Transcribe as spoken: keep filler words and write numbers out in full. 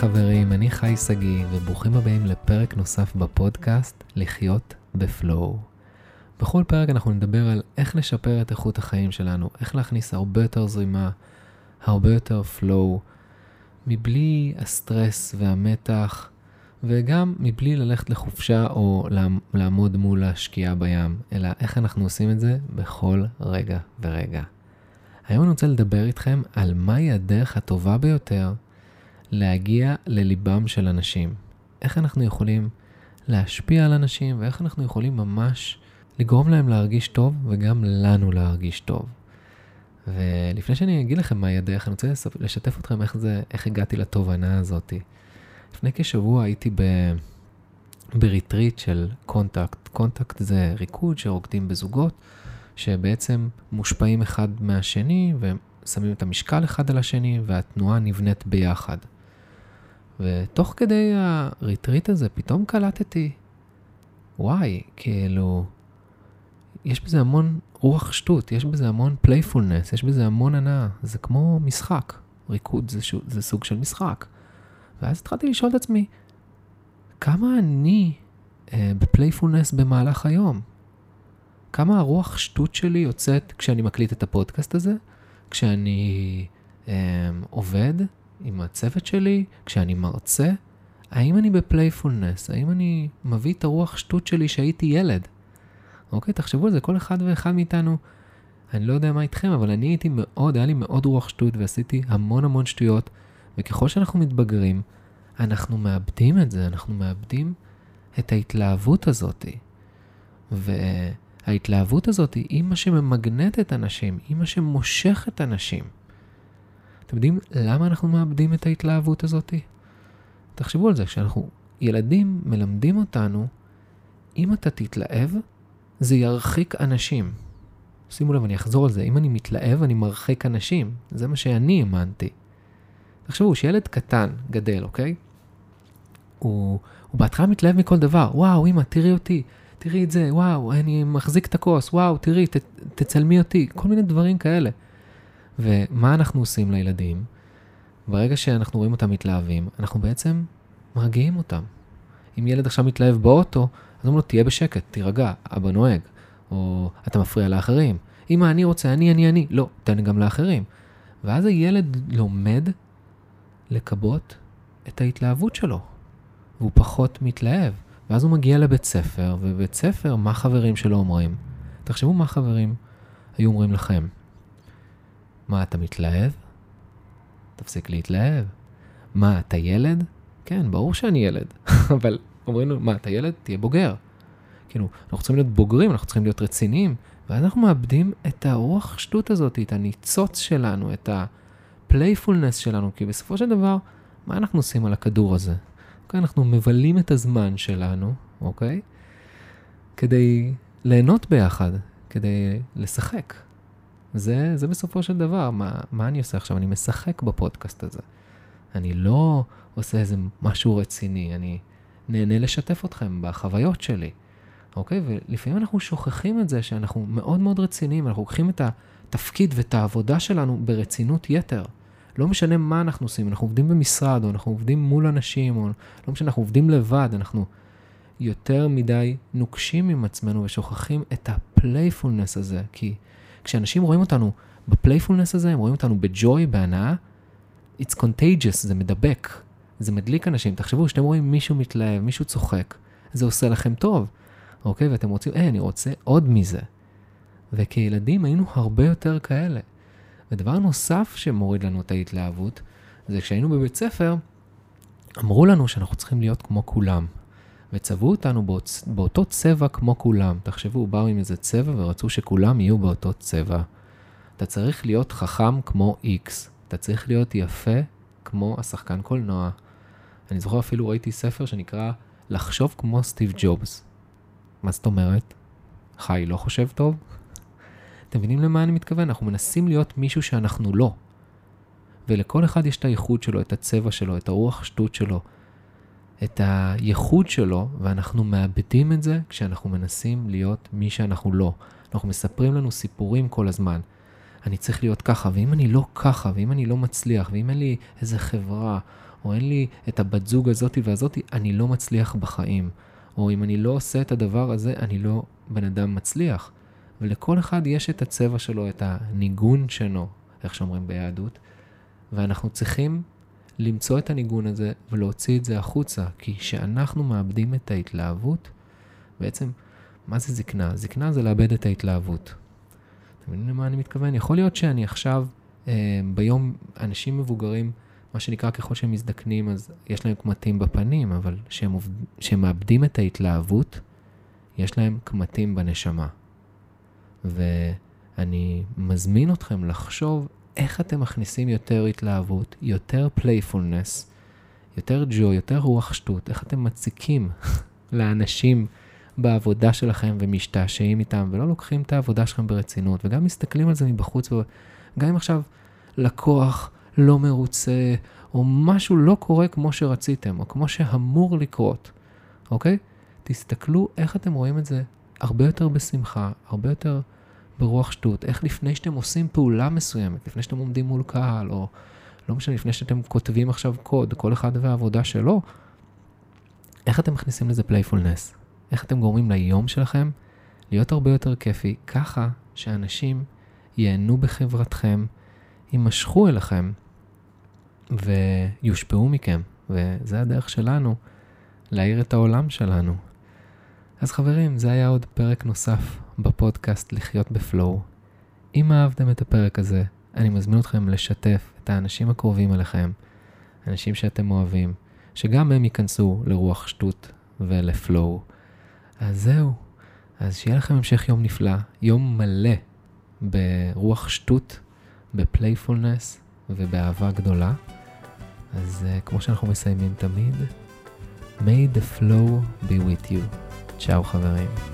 חברים, אני חי סגי, וברוכים הבאים לפרק נוסף בפודקאסט לחיות בפלואו. בכל פרק אנחנו נדבר על איך לשפר את איכות החיים שלנו, איך להכניס הרבה יותר זרימה, הרבה יותר פלואו, מבלי הסטרס והמתח, וגם מבלי ללכת לחופשה או לעמוד מול השקיעה בים, אלא איך אנחנו עושים את זה בכל רגע ורגע. היום אני רוצה לדבר איתכם על מהי הדרך הטובה ביותר להגיע לליבם של אנשים. איך אנחנו יכולים להשפיע על אנשים, ואיך אנחנו יכולים ממש לגרום להם להרגיש טוב, וגם לנו להרגיש טוב. ולפני שאני אגיד לכם מהי הדרך, אני רוצה לשתף אתכם איך זה, איך הגעתי לתובנה הזאת. לפני כשבוע הייתי ב... בריטריט של קונטקט. קונטקט זה ריקוד שרוקדים בזוגות, שבעצם מושפעים אחד מהשני, ושמים את המשקל אחד על השני, והתנועה נבנית ביחד. ותוך כדי הריטריט הזה, פתאום קלטתי, וואי, כאילו, יש בזה המון רוח שטות, יש בזה המון פלייפולנס, יש בזה המון הנאה, זה כמו משחק. ריקוד זה, ש... זה סוג של משחק. ואז התחלתי לשאול את עצמי, כמה אני אה, בפלייפולנס במהלך היום? כמה הרוח שטות שלי יוצאת כשאני מקליט את הפודקאסט הזה, כשאני אה, עובד עם הצוות שלי, כשאני מרצה, האם אני בפלייפולנס? האם אני מביא את הרוח שטות שלי שהייתי ילד? אוקיי, תחשבו על זה, כל אחד ואחד מאיתנו, אני לא יודע מה איתכם, אבל אני הייתי מאוד, היה לי מאוד רוח שטות, ועשיתי המון המון שטויות, וככל שאנחנו מתבגרים, אנחנו מאבדים את זה, אנחנו מאבדים את ההתלהבות הזאת. וההתלהבות הזאת היא מה שממגנט את אנשים, היא מה שמושך את אנשים. אתם יודעים למה אנחנו מאבדים את ההתלהבות הזאת? תחשבו על זה, כשאנחנו ילדים מלמדים אותנו, אם אתה תתלהב, זה ירחיק אנשים. שימו לב, אני אחזור על זה, אם אני מתלהב, אני מרחיק אנשים. זה מה שאני האמנתי. תחשבו, שילד קטן גדל, אוקיי? הוא, הוא בהתחלה מתלהב מכל דבר. וואו, אמא, תראי אותי, תראי את זה, וואו, אני מחזיק את הכוס, וואו, תראי, ת, תצלמי אותי, כל מיני דברים כאלה. ומה אנחנו עושים לילדים? ברגע שאנחנו רואים אותם מתלהבים, אנחנו בעצם מרגיעים אותם. אם ילד עכשיו מתלהב באוטו, אז אומרים לו, תהיה בשקט, תירגע, אבא נוהג, או אתה מפריע לאחרים. אמא, אני רוצה, אני, אני, אני. לא, תן גם לאחרים. ואז הילד לומד לקבות את ההתלהבות שלו, והוא פחות מתלהב. ואז הוא מגיע לבית ספר, ובבית ספר, מה חברים שלו אומרים? תחשבו מה חברים היו אומרים לכם. מה, אתה מתלהב? תפסיק להתלהב. מה, אתה ילד? כן, ברור שאני ילד. אבל אומרים לו, מה, אתה ילד? תהיה בוגר. כאילו, אנחנו צריכים להיות בוגרים, אנחנו צריכים להיות רציניים, ואז אנחנו מאבדים את הרוח שטות הזאת, את הניצוץ שלנו, את הפלייפולנס שלנו, כי בסופו של דבר, מה אנחנו עושים על הכדור הזה? אוקיי, אנחנו מבלים את הזמן שלנו, אוקיי? כדי ליהנות ביחד, כדי לשחק. זה, זה בסופו של דבר. מה, מה אני עושה עכשיו? אני משחק בפודקאסט הזה. אני לא עושה איזה משהו רציני, אני נהנה לשתף אתכם בחוויות שלי. אוקיי? ולפעמים אנחנו שוכחים את זה שאנחנו מאוד מאוד רציניים, אנחנו לוקחים את התפקיד ואת העבודה שלנו ברצינות יתר. לא משנה מה אנחנו עושים, אנחנו עובדים במשרד, או אנחנו עובדים מול אנשים, או לא משנה, אנחנו עובדים לבד, אנחנו יותר מדי נוקשים עם עצמנו ושוכחים את הפלייפולנס הזה, כי כשאנשים רואים אותנו בפלייפולנס הזה, הם רואים אותנו בג'וי, בהנאה, it's contagious, זה מדבק, זה מדליק אנשים. תחשבו, שאתם רואים מישהו מתלהב, מישהו צוחק, זה עושה לכם טוב, אוקיי? ואתם רוצים, אה, אני רוצה עוד מזה. וכילדים היינו הרבה יותר כאלה. ודבר נוסף שמוריד לנו את ההתלהבות, זה כשהיינו בבית ספר, אמרו לנו שאנחנו צריכים להיות כמו כולם. וצבעו אותנו באות, באותו צבע כמו כולם. תחשבו, באו עם איזה צבע ורצו שכולם יהיו באותו צבע. אתה צריך להיות חכם כמו X. אתה צריך להיות יפה כמו השחקן קולנוע. אני זוכר אפילו ראיתי ספר שנקרא לחשוב כמו סטיב ג'ובס. מה זאת אומרת? חי לא חושב טוב? אתם מבינים למה אני מתכוון? אנחנו מנסים להיות מישהו שאנחנו לא. ולכל אחד יש את הייחוד שלו, את הצבע שלו, את הרוח שטות שלו, את הייחוד שלו, ואנחנו מאבדים את זה כשאנחנו מנסים להיות מי שאנחנו לא. אנחנו מספרים לנו סיפורים כל הזמן. אני צריך להיות ככה, ואם אני לא ככה, ואם אני לא מצליח, ואם אין לי איזה חברה, או אין לי את הבת זוג הזאתי והזאתי, אני לא מצליח בחיים. או אם אני לא עושה את הדבר הזה, אני לא בן אדם מצליח. ולכל אחד יש את הצבע שלו, את הניגון שלו, איך שאומרים ביהדות, ואנחנו צריכים למצוא את הניגון הזה ולהוציא את זה החוצה, כי כשאנחנו מאבדים את ההתלהבות, בעצם, מה זה זקנה? זקנה זה לאבד את ההתלהבות. אתם מבינים למה אני מתכוון? יכול להיות שאני עכשיו, אה, ביום, אנשים מבוגרים, מה שנקרא ככל שהם מזדקנים, אז יש להם קמטים בפנים, אבל שהם, שהם מאבדים את ההתלהבות, יש להם קמטים בנשמה. ואני מזמין אתכם לחשוב איך אתם מכניסים יותר התלהבות, יותר playfulness, יותר joy, יותר רוח שטות, איך אתם מציקים לאנשים בעבודה שלכם ומשתעשעים איתם, ולא לוקחים את העבודה שלכם ברצינות, וגם מסתכלים על זה מבחוץ, וגם אם עכשיו לקוח לא מרוצה, או משהו לא קורה כמו שרציתם, או כמו שאמור לקרות, אוקיי? תסתכלו איך אתם רואים את זה הרבה יותר בשמחה, הרבה יותר ברוח שטות, איך לפני שאתם עושים פעולה מסוימת, לפני שאתם עומדים מול קהל, או לא משנה, לפני שאתם כותבים עכשיו קוד, כל אחד והעבודה שלו, איך אתם מכניסים לזה playfulness? איך אתם גורמים ליום שלכם להיות הרבה יותר כיפי, ככה שאנשים ייהנו בחברתכם, יימשכו אליכם, ויושפעו מכם, וזה הדרך שלנו להאיר את העולם שלנו. אז חברים, זה היה עוד פרק נוסף בפודקאסט לחיות בפלואו. אם אהבתם את הפרק הזה, אני מזמין אתכם לשתף את האנשים הקרובים אליכם, אנשים שאתם אוהבים, שגם הם ייכנסו לרוח שטות ולפלואו. אז זהו, אז שיהיה לכם המשך יום נפלא, יום מלא ברוח שטות, בפלייפולנס ובאהבה גדולה. אז uh, כמו שאנחנו מסיימים תמיד, May the flow be with you. צ'או חברים.